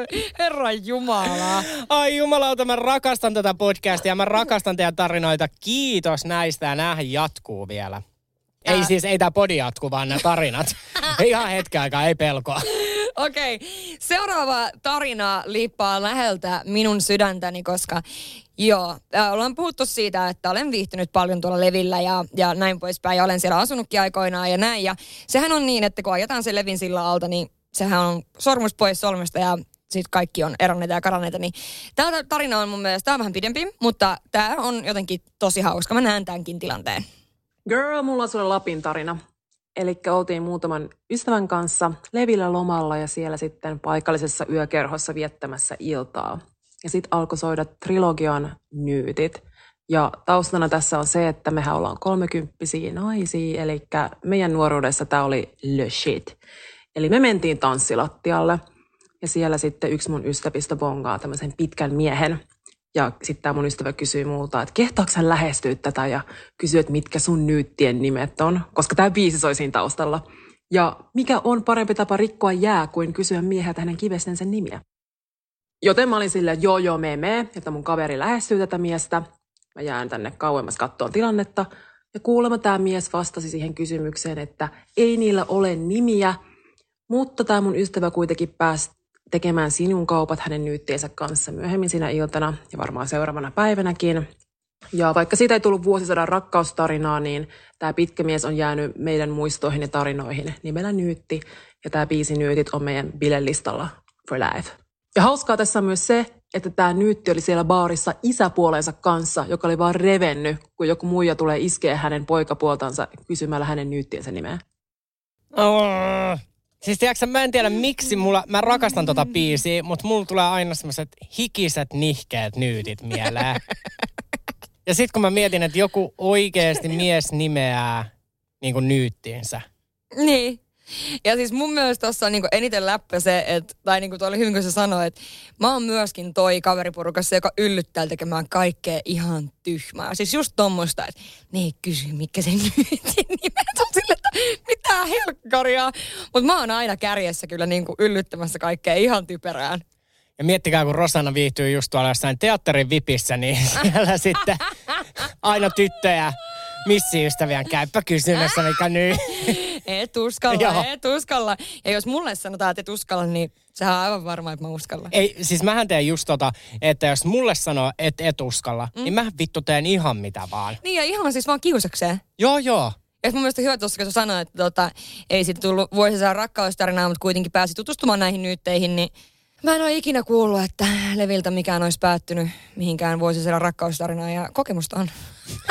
Herran jumala. Ai jumalauta, mä rakastan tätä podcastia, mä rakastan teidän tarinoita. Kiitos näistä ja näähän jatkuu vielä. Ää. Ei siis, ei tää podi jatku, vaan nämä tarinat. Ihan hetken aikaa, ei pelkoa. Okei, okay. Seuraava tarina liippaa läheltä minun sydäntäni, koska joo, äh, ollaan puhuttu siitä, että olen viihtynyt paljon tuolla Levillä ja, ja näin poispäin. Ja olen siellä asunutkin aikoinaan ja näin. Ja sehän on niin, että kun ajetaan sen Levin sillan alta, niin sehän on sormus pois solmesta ja sitten kaikki on eronneita ja karanneita. Niin tämä tarina on mun mielestä, tämä on vähän pidempi, mutta tämä on jotenkin tosi hauska. Mä näen tämänkin tilanteen. Girl, mulla on sulle Lapin tarina. Eli oltiin muutaman ystävän kanssa Levillä lomalla ja siellä sitten paikallisessa yökerhossa viettämässä iltaa. Ja sitten alkoi soida Trilogian Nyytit. Ja taustana tässä on se, että mehän ollaan kolmekymppisiä naisia, eli meidän nuoruudessa tämä oli le shit. Eli me mentiin tanssilattialle ja siellä sitten yksi mun ystävistä bongaa tämmöisen pitkän miehen. Ja sitten tämä mun ystävä kysyi multa, että kehtaako hän lähestyä tätä ja kysyi, että mitkä sun nyyttien nimet on, koska tämä biisi soi siinä taustalla. Ja mikä on parempi tapa rikkoa jää kuin kysyä mieheltä hänen kivestensä nimiä. Joten mä olin silleen, että joo joo, mee mee, että mun kaveri lähestyy tätä miestä. Mä jään tänne kauemmas kattoon tilannetta. Ja kuulemma tämä mies vastasi siihen kysymykseen, että ei niillä ole nimiä, mutta tämä mun ystävä kuitenkin pääsi tekemään sinun kaupat hänen nyyttiensä kanssa myöhemmin siinä iltana ja varmaan seuraavana päivänäkin. Ja vaikka siitä ei tullut vuosisadan rakkaustarinaa, niin tämä pitkä mies on jäänyt meidän muistoihin ja tarinoihin nimellä Nyytti. Ja tämä biisi Nyytit on meidän bilelistalla for life. Ja hauskaa tässä on myös se, että tämä Nyytti oli siellä baarissa isäpuolensa kanssa, joka oli vaan revennyt, kun joku muija tulee iskeä hänen poikapuoltansa kysymällä hänen nyyttiensä nimeä. Oh. Siis tiedätkö, mä en tiedä miksi mulla, mä rakastan tota biisiä, mutta mulla tulee aina semmoiset hikiset, nihkeät nyytit mieleen. Ja sit kun mä mietin, että joku oikeasti mies nimeää niin kuin nyyttiinsä. Niin. Ja siis mun mielestä tossa on niinku eniten läppä se, että, tai niinku toi oli hyvin, kun sä sanoit, että mä oon myöskin toi kaveriporukassa, joka yllyttää tekemään kaikkea ihan tyhmää. Siis just tommoista, että ne ei kysy, mikä se nyytin nimet on sille, että mitä helkkaria. Mutta mä oon aina kärjessä kyllä niinku yllyttämässä kaikkea ihan typerään. Ja miettikää, kun Rosanna viihtyy just tuolla jossain teatterin vipissä, niin siellä sitten aina tyttöjä missiystäviään käyppä kysymässä, mikä nyt. Et uskalla, et uskalla. Ja jos mulle sanotaan, että et uskalla, niin sehän on aivan varma, että mä uskallan. Ei, siis mähän teen just tota, että jos mulle sanoo, että et uskalla, mm. niin mä vittu teen ihan mitä vaan. Niin ja ihan siis vaan kiusakseen. Joo, joo. Ja mun mielestä hyvä tuossa, kun sä sanoit, että tota, ei siitä tullut vuosisadan rakkaustarinaa, mutta kuitenkin pääsi tutustumaan näihin nyytteihin, niin mä en ole ikinä kuullut, että Leviltä mikään olisi päättynyt mihinkään vuosisadan rakkaustarinaan ja kokemusta on.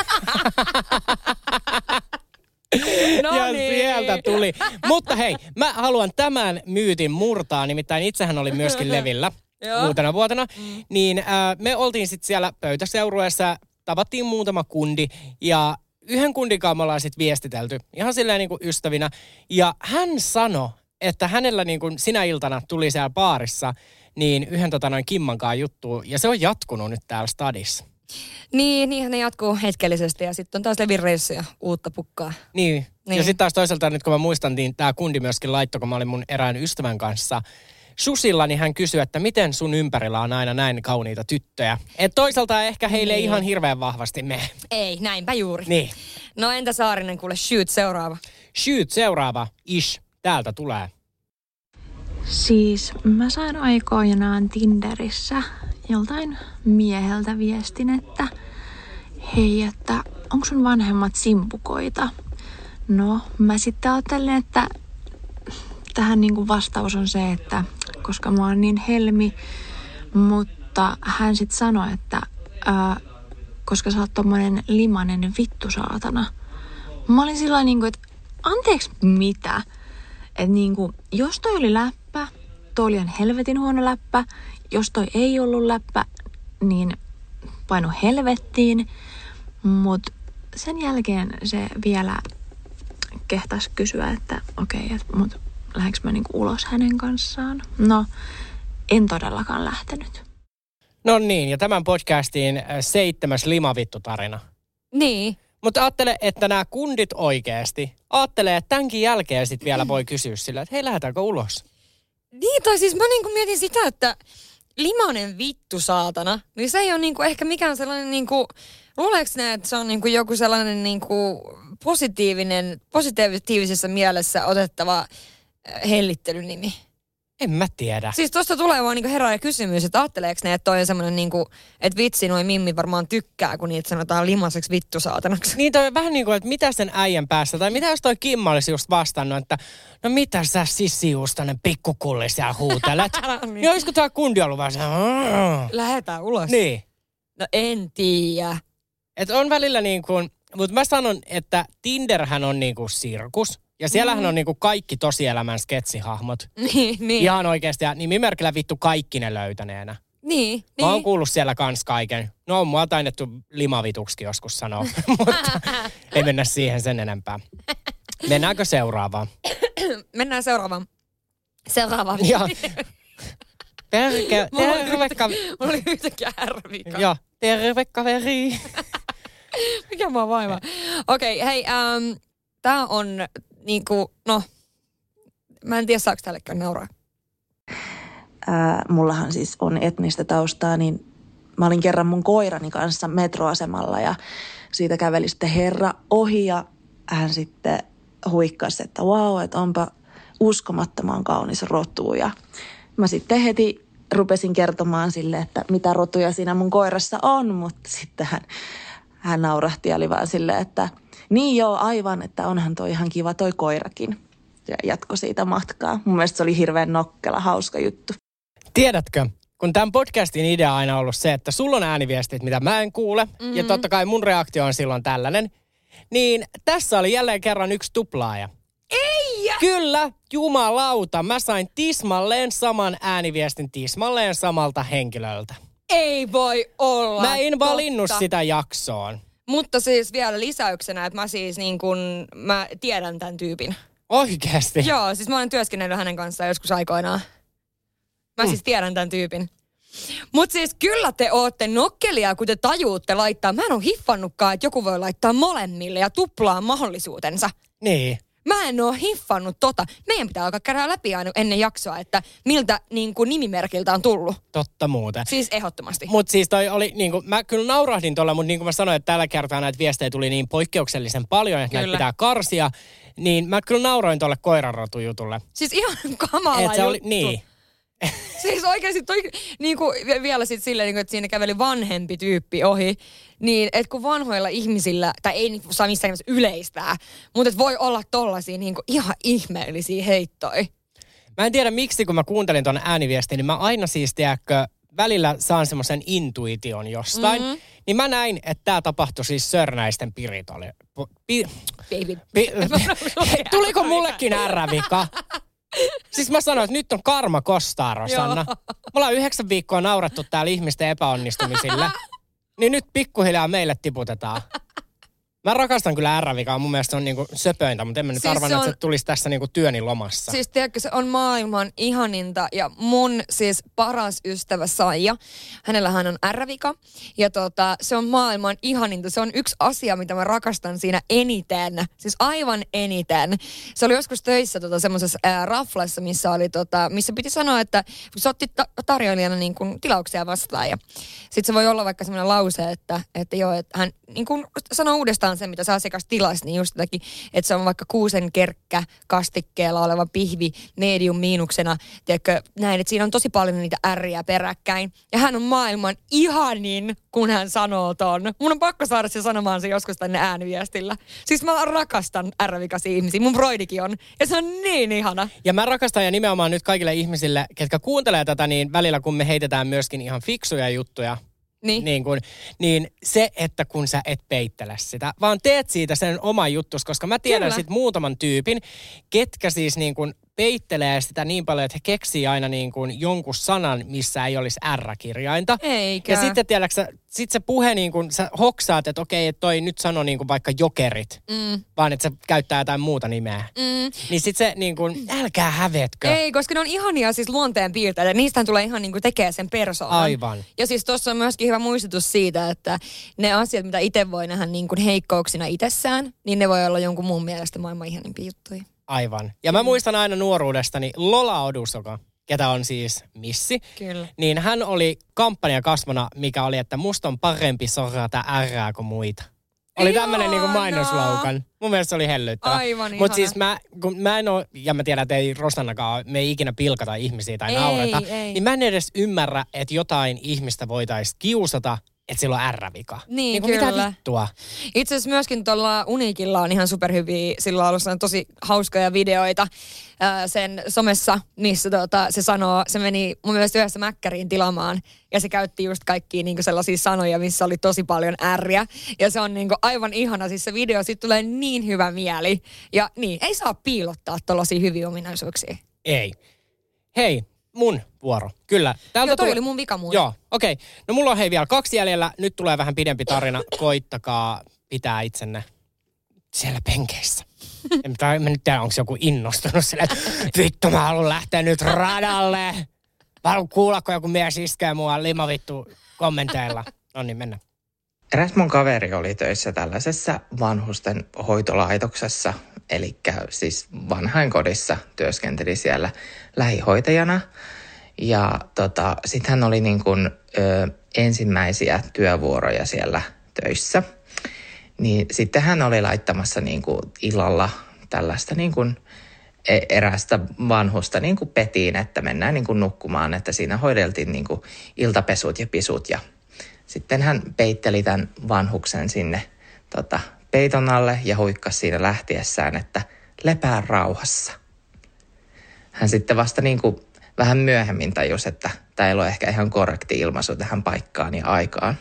No ja niin. sieltä tuli. Mutta hei, mä haluan tämän myytin murtaa, nimittäin itsehän olin myöskin Levillä uutena vuotena. Mm. Niin äh, me oltiin sitten siellä pöytäseurueessa, tavattiin muutama kundi ja yhden kundin kanssa me ollaan sitten viestitelty ihan silleen niin kuin ystävinä. Ja hän sanoi, että hänellä niin kuin sinä iltana tuli siellä baarissa niin yhden tota noin kimmankaan juttu ja se on jatkunut nyt täällä stadissa. Niin, niinhän ne jatkuu hetkellisesti ja sitten on taas Levin reissu ja uutta pukkaa. Niin, niin. Ja sitten taas toisaalta nyt kun mä muistan, niin tämä kundi myöskin laittoi, kun mä olin mun erään ystävän kanssa susilla, niin hän kysyi, että miten sun ympärillä on aina näin kauniita tyttöjä. Et toisaalta ehkä heille niin. ihan hirveän vahvasti mene. Ei, näinpä juuri. Niin. No entä Saarinen, kuule, shoot seuraava. Shoot seuraava, ish, täältä tulee. Siis mä sain aikoinaan Tinderissä joltain mieheltä viestin, että hei, että onko sun vanhemmat simpukoita? No, mä sitten ajattelin, että tähän niinku vastaus on se, että koska mä oon niin helmi, mutta hän sitten sanoi, että ää, koska sä oot tommonen limanen vittusaatana. Mä olin sillä niinku, että anteeksi mitä? Että niinku, jos toi oli läppä, toi oli ihan helvetin huono läppä. Jos toi ei ollut läppä, niin paino helvettiin. Mut sen jälkeen se vielä kehtas kysyä, että okei, okay, että mut lähdekö mä niinku ulos hänen kanssaan? No, en todellakaan lähtenyt. No niin, ja tämän podcastin seitsemäs limavittu-tarina. Niin. Mutta ajattele, että nämä kundit oikeasti ajattelee, että tämänkin jälkeen sitten vielä voi kysyä sillä, että hei, lähdetäänkö ulos? Niin, tai siis mä niinku mietin sitä, että limanen vittu saatana, niin se ei ole niinku ehkä mikään sellainen niinku, luuleeko ne, että se on niinku joku sellainen niinku positiivinen, positiivisessa mielessä otettava hellittelynimi? En mä tiedä. Siis tosta tulee vaan niinku herää kysymys, että ajatteleeko ne, että toi on semmoinen niinku, että vitsi, noi mimmi varmaan tykkää, kun niitä sanotaan limaseksi vittusaatanaksi. Niin toi vähän niin kuin, että mitä sen äijän päässä, tai mitä jos toi Kimmo olisi just vastannut, että no mitä sä sissijuustainen pikkukulli siellä huutelet? niin. niin olisiko tää kundi ollut vaan se? Lähetään ulos. Niin. No en tiedä. Et on välillä niin kuin, mutta mä sanon, että Tinderhän on niin kuin sirkus. Ja siellähän mm. on niinku kaikki tosielämän sketsihahmot. Niin, niin. Ihan oikeasti. Ja nimimerkillä vittu kaikki ne löytäneenä. Niin, Mä oon niin. kuullut siellä kans kaiken. No on mua tainettu limavituksikin joskus sanoa. Mutta ei mennä siihen sen enempää. Mennäänkö seuraavaan? Mennään seuraavaan. Seuraavaan. Joo. Terve, terve kaveri. Mulla oli yhtäkkiä härvika. Joo, terve kaveri. Mikä mua vaivaa? Okei, okay, hei, ähm, tää on niinku, no, mä en tiedä saako tällekään nauraa. Ää, mullahan siis on etnistä taustaa, niin mä olin kerran mun koirani kanssa metroasemalla ja siitä käveli sitten herra ohi ja hän sitten huikkasi, että vau, että onpa uskomattoman kaunis rotu. Ja mä sitten heti rupesin kertomaan sille, että mitä rotuja siinä mun koirassa on, mutta sitten hän, hän naurahti ja oli vaan silleen, että niin joo, aivan, että onhan toi ihan kiva toi koirakin. Ja jatko siitä matkaa. Mun mielestä se oli hirveän nokkela, hauska juttu. Tiedätkö, kun tämän podcastin idea on aina ollut se, että sulla on ääniviestit, mitä mä en kuule, mm-hmm. ja totta kai mun reaktio on silloin tällainen, niin tässä oli jälleen kerran yksi tuplaaja. Ei! Kyllä, jumalauta, mä sain tismalleen saman ääniviestin tismalleen samalta henkilöltä. Ei voi olla. Mä en totta. valinnut sitä jaksoon. Mutta siis vielä lisäyksenä, että mä siis niin kun, mä tiedän tämän tyypin. Oikeasti? Joo, siis mä olen työskennellyt hänen kanssaan joskus aikoinaan. Mä mm. siis tiedän tämän tyypin. Mut siis kyllä te ootte nokkelia, kun te tajuutte laittaa. Mä en oo hiffannutkaan, että joku voi laittaa molemmille ja tuplaa mahdollisuutensa. Niin. Mä en oo hiffannut tota. Meidän pitää alkaa käydä läpi aina ennen jaksoa, että miltä niin kuin nimimerkiltä on tullut. Totta muuten. Siis ehdottomasti. Mutta siis toi oli, niin kuin, mä kyllä naurahdin tuolla, mutta niin kuin mä sanoin, että tällä kertaa näitä viestejä tuli niin poikkeuksellisen paljon, että näitä pitää karsia. Niin mä kyllä nauroin tuolle koiranrotujutulle. Siis ihan kamala Et se juttu. oli, niin. Siis oikeasti toi, niin kuin vielä sitten silleen, niin kuin, että siinä käveli vanhempi tyyppi ohi, niin että kun vanhoilla ihmisillä, tai ei niin saa missään nimessä yleistää, mutta että voi olla tollaisia niin kuin ihan ihmeellisiä heittoja. Mä en tiedä miksi, kun mä kuuntelin ton ääniviestin, niin mä aina siis, tiedätkö, välillä saan semmoisen intuition jostain. Mm-hmm. Niin mä näin, että tää tapahtui siis Sörnäisten Piritolle. Pi, Baby. Pi, tuliko mullekin ärrävika? Siis mä sanoin, että nyt on karma kostaa, Rosanna. Me ollaan yhdeksän viikkoa naurattu täällä ihmisten epäonnistumisille. Niin nyt pikkuhiljaa meille tiputetaan. Mä rakastan kyllä ärrävikaa. Mun mielestä se on niinku söpöintä, mutta en mä nyt siis arvannut, että se tulisi tässä niinku työni lomassa. Siis tiedätkö, se on maailman ihaninta ja mun siis paras ystävä Saija, hänellähän on ärrävika ja tota, se on maailman ihaninta. Se on yksi asia, mitä mä rakastan siinä eniten, siis aivan eniten. Se oli joskus töissä tota, semmoisessa ää, raflassa, missä oli tota, missä piti sanoa, että kun sä otti ta- tarjoilijana niin kuin tilauksia vastaan ja sit se voi olla vaikka semmoinen lause, että, että joo, että hän niin kuin sanoo uudestaan sen, mitä se asiakas tilasi, niin just jotakin, että se on vaikka kuusen kerkkä kastikkeella oleva pihvi medium miinuksena, tiedätkö, näin, että siinä on tosi paljon niitä ärriä peräkkäin. Ja hän on maailman ihanin, kun hän sanoo ton. Mun on pakko saada se sanomaan se joskus tänne ääniviestillä. Siis mä rakastan ärrävikaisia ihmisiä, mun broidikin on, ja se on niin ihana. Ja mä rakastan ja nimenomaan nyt kaikille ihmisille, ketkä kuuntelee tätä, niin välillä kun me heitetään myöskin ihan fiksuja juttuja, Niin. Niin, kun, niin se, että kun sä et peittele sitä, vaan teet siitä sen oman juttus, koska mä tiedän sit muutaman tyypin, ketkä siis niin kun peittelee sitä niin paljon, että he keksii aina niin kuin jonkun sanan, missä ei olisi R-kirjainta. Eikä. Ja sitten tiedätkö, sit se puhe niin kuin, sä hoksaat, että okei, että toi nyt sanoo niin kuin vaikka jokerit, mm. vaan että se käyttää jotain muuta nimeä. Mm. Niin sit se niin kuin, älkää hävetkö. Ei, koska ne on ihania siis luonteen piirteitä. Niistähän tulee ihan niin kuin tekee sen persoonan. Aivan. Ja siis tuossa on myöskin hyvä muistutus siitä, että ne asiat, mitä itse voi nähdä niin kuin heikkouksina itsessään, niin ne voi olla jonkun muun mielestä maailman ihanimpia juttuja. Aivan. Ja mä muistan aina nuoruudestani Lola Odusoko, ketä on siis missi. Kyllä. Niin hän oli kampanjakasvona, mikä oli, että musta on parempi sorrata ärää kuin muita. Oli tämmönen niinku mainoslaukan. Mun mielestä se oli hellyttävä. Aivan Mutta siis mä, kun mä en oo, ja mä tiedän, että ei Rosannakaan, me ei ikinä pilkata ihmisiä tai ei, naureta. Ei. Niin mä en edes ymmärrä, että jotain ihmistä voitaisiin kiusata, että sillä on ärrävika. Niin, niin kyllä. Mitä vittua? Itse asiassa myöskin tuolla Uniikilla on ihan superhyviä, sillä on ollut tosi hauskoja videoita ää, sen somessa, missä tota, se sanoo, se meni mun mielestä yhdessä mäkkäriin tilaamaan ja se käytti just kaikkia niinku sellaisia sanoja, missä oli tosi paljon ärriä. Ja se on niinku aivan ihana, siis se video, siitä tulee niin hyvä mieli. Ja niin, ei saa piilottaa tollaisia hyviä ominaisuuksia. Ei. Hei. Mun vuoro. Kyllä. Täältä Joo, toi tuli... oli mun vika muuten. Joo, okei. Okay. No mulla on hei vielä kaksi jäljellä. Nyt tulee vähän pidempi tarina. Koittakaa pitää itsenne siellä penkeissä. En mä nyt tiedä, onko joku innostunut sille, että vittu mä haluan lähteä nyt radalle. Mä haluan kuulla, kun joku mies iskee mua limavittu kommenteilla. No niin, mennään. Eräs mun kaveri oli töissä tällaisessa vanhusten hoitolaitoksessa, eli siis vanhainkodissa työskenteli siellä lähihoitajana. Ja tota, sitten hän oli niin kuin, ö, ensimmäisiä työvuoroja siellä töissä. Niin sitten hän oli laittamassa niin kuin illalla tällaista niin kuin erästä vanhusta niin kuin petiin, että mennään niin kuin nukkumaan, että siinä hoideltiin niin kuin iltapesut ja pisut ja sitten hän peitteli tämän vanhuksen sinne tota, peiton alle ja huikkasi siinä lähtiessään, että lepää rauhassa. Hän sitten vasta niin kuin vähän myöhemmin tajusi, että tämä ei ole ehkä ihan korrekti ilmaisu tähän paikkaan ja aikaan.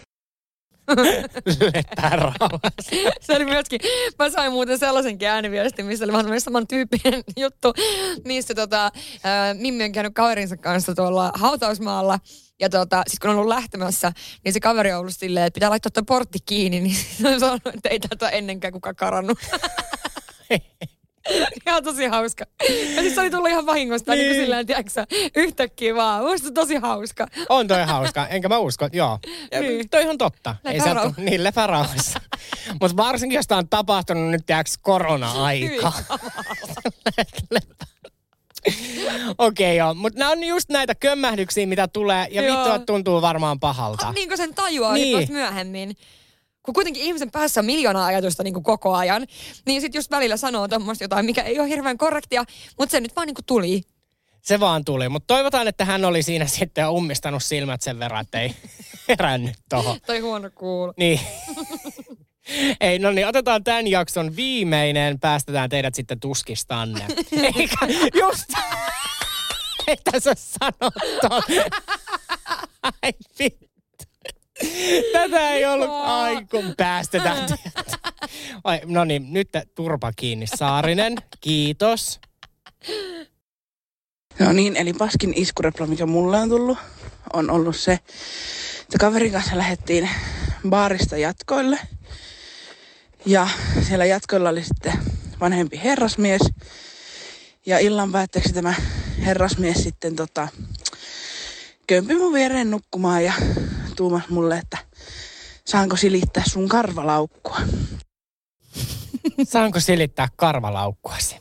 Lepää rauhassa. Se oli myöskin, mä sain muuten sellaisenkin ääniviestin, missä oli vähän saman tyyppinen juttu, missä tota, ää, Mimmi on käynyt kaverinsa kanssa tuolla hautausmaalla. Ja tota, sit kun on ollut lähtemässä, niin se kaveri on ollut silleen, että pitää laittaa tuo portti kiinni, niin se on sanonut, että ei tätä ennenkään kukaan karannut. Ihan tosi hauska. Ja siis se oli tullut ihan vahingosta, niin, niin kuin silleen, tiedätkö yhtäkkiä vaan. Musta tosi hauska. On toi hauska, enkä mä usko, joo. Ja niin. Toi ihan totta. Lepä ei saa niin lepärauhassa. Mutta varsinkin, jos tää on tapahtunut nyt, tiedätkö, korona-aika. Okei, okay, joo. Mutta nämä on just näitä kömmähdyksiä, mitä tulee, ja vittua tuntuu varmaan pahalta. Ah, niin kuin sen tajuaa niin. Vasta myöhemmin. Kun kuitenkin ihmisen päässä on miljoona ajatusta niin kuin koko ajan, niin sitten just välillä sanoo tommoista jotain, mikä ei ole hirveän korrektia, mutta se nyt vaan niin kuin tuli. Se vaan tuli, mutta toivotaan, että hän oli siinä sitten ummistanut silmät sen verran, että ei herännyt tohon. Toi huono kuulo. Niin. Ei, no niin, otetaan tämän jakson viimeinen, päästetään teidät sitten tuskistanne. Eikä, just, että sä sanot ton. Ai vittu. Tätä ei ollut, ai kun päästetään. Ai, no niin, nyt turpa kiinni, Saarinen, kiitos. No niin, eli paskin iskurepla, mikä mulle on tullut, on ollut se, että kaverin kanssa lähdettiin baarista jatkoille. Ja siellä jatkoilla oli sitten vanhempi herrasmies. Ja illan päätteeksi tämä herrasmies sitten tota, kömpi mun viereen nukkumaan ja tuumas mulle, että saanko silittää sun karvalaukkua. Saanko silittää karvalaukkuasi?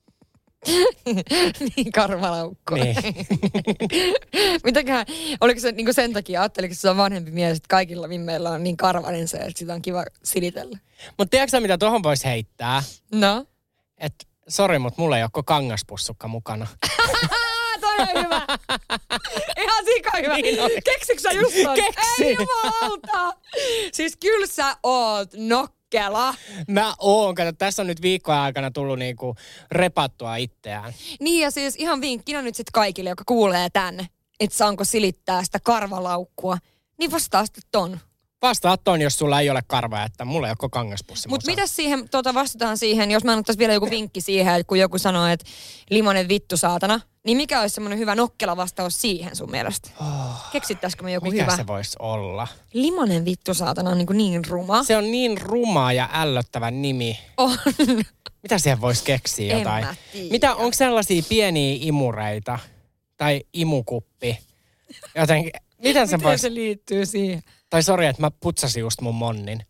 Niin, karvalaukkua. Niin. Mitäköhän, oliko se niin sen takia, ajatteliko se on vanhempi mies, että kaikilla vimmeillä on niin karvainen se, että sitä on kiva silitellä. Mutta tiedätkö mitä tuohon voisi heittää? No? Että sori, mutta mulla ei ole koko kangaspussukka mukana. Toi on hyvä. Ihan sika hyvä. Niin Keksikö sä just on? Keksin. Ei jumalauta. Siis kyllä sä oot nokkela. Mä oon. Kato, tässä on nyt viikkojen aikana tullut niinku repattua itseään. Niin ja siis ihan vinkkinä nyt sit kaikille, joka kuulee tän, että saanko silittää sitä karvalaukkua, niin vastaa sitten ton. Vastaa ton, jos sulla ei ole karvaa, että mulla ei ole koko kangaspussi. Mutta mitäs siihen, tuota vastataan siihen, jos mä annettaisiin vielä joku vinkki siihen, että kun joku sanoo, että limonen vittu saatana, niin mikä olisi semmoinen hyvä nokkela vastaus siihen sun mielestä? Oh, Keksittäisikö me joku mikä hyvä? Mikä se voisi olla? Limonen vittu saatana on niin, niin ruma. Se on niin ruma ja ällöttävä nimi. On. Mitä siihen voisi keksiä jotain? En mä tiedä. Mitä, onko sellaisia pieniä imureita? Tai imukuppi? Jotenkin, miten se Miten vois... se liittyy siihen? Tai sori, että mä putsasin just mun monnin.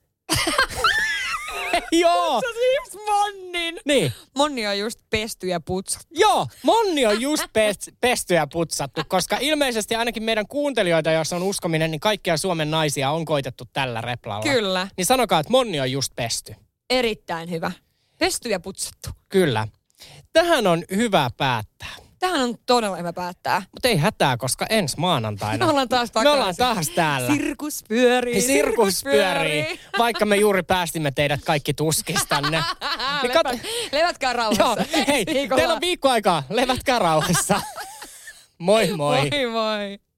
Joo! Putsasin just monnin! Niin. Monni on just pesty ja putsattu. Joo, monni on just pest, pesty ja putsattu, koska ilmeisesti ainakin meidän kuuntelijoita, jos on uskominen, niin kaikkia Suomen naisia on koitettu tällä replalla. Kyllä. Niin sanokaa, että monni on just pesty. Erittäin hyvä. Pesty ja putsattu. Kyllä. Tähän on hyvä päättää. Tähän on todella hyvä päättää. Mutta ei hätää, koska ensi maanantaina... Me ollaan taas takaisin. Me ollaan taas täällä. Sirkus pyörii. Sirkus, sirkus pyörii. pyörii. Vaikka me juuri päästimme teidät kaikki tuskistanne. Niin Lepä, kat... Levätkää rauhassa. Joo, hei, teillä on viikko aikaa. Levätkää rauhassa. Moi moi. Moi moi.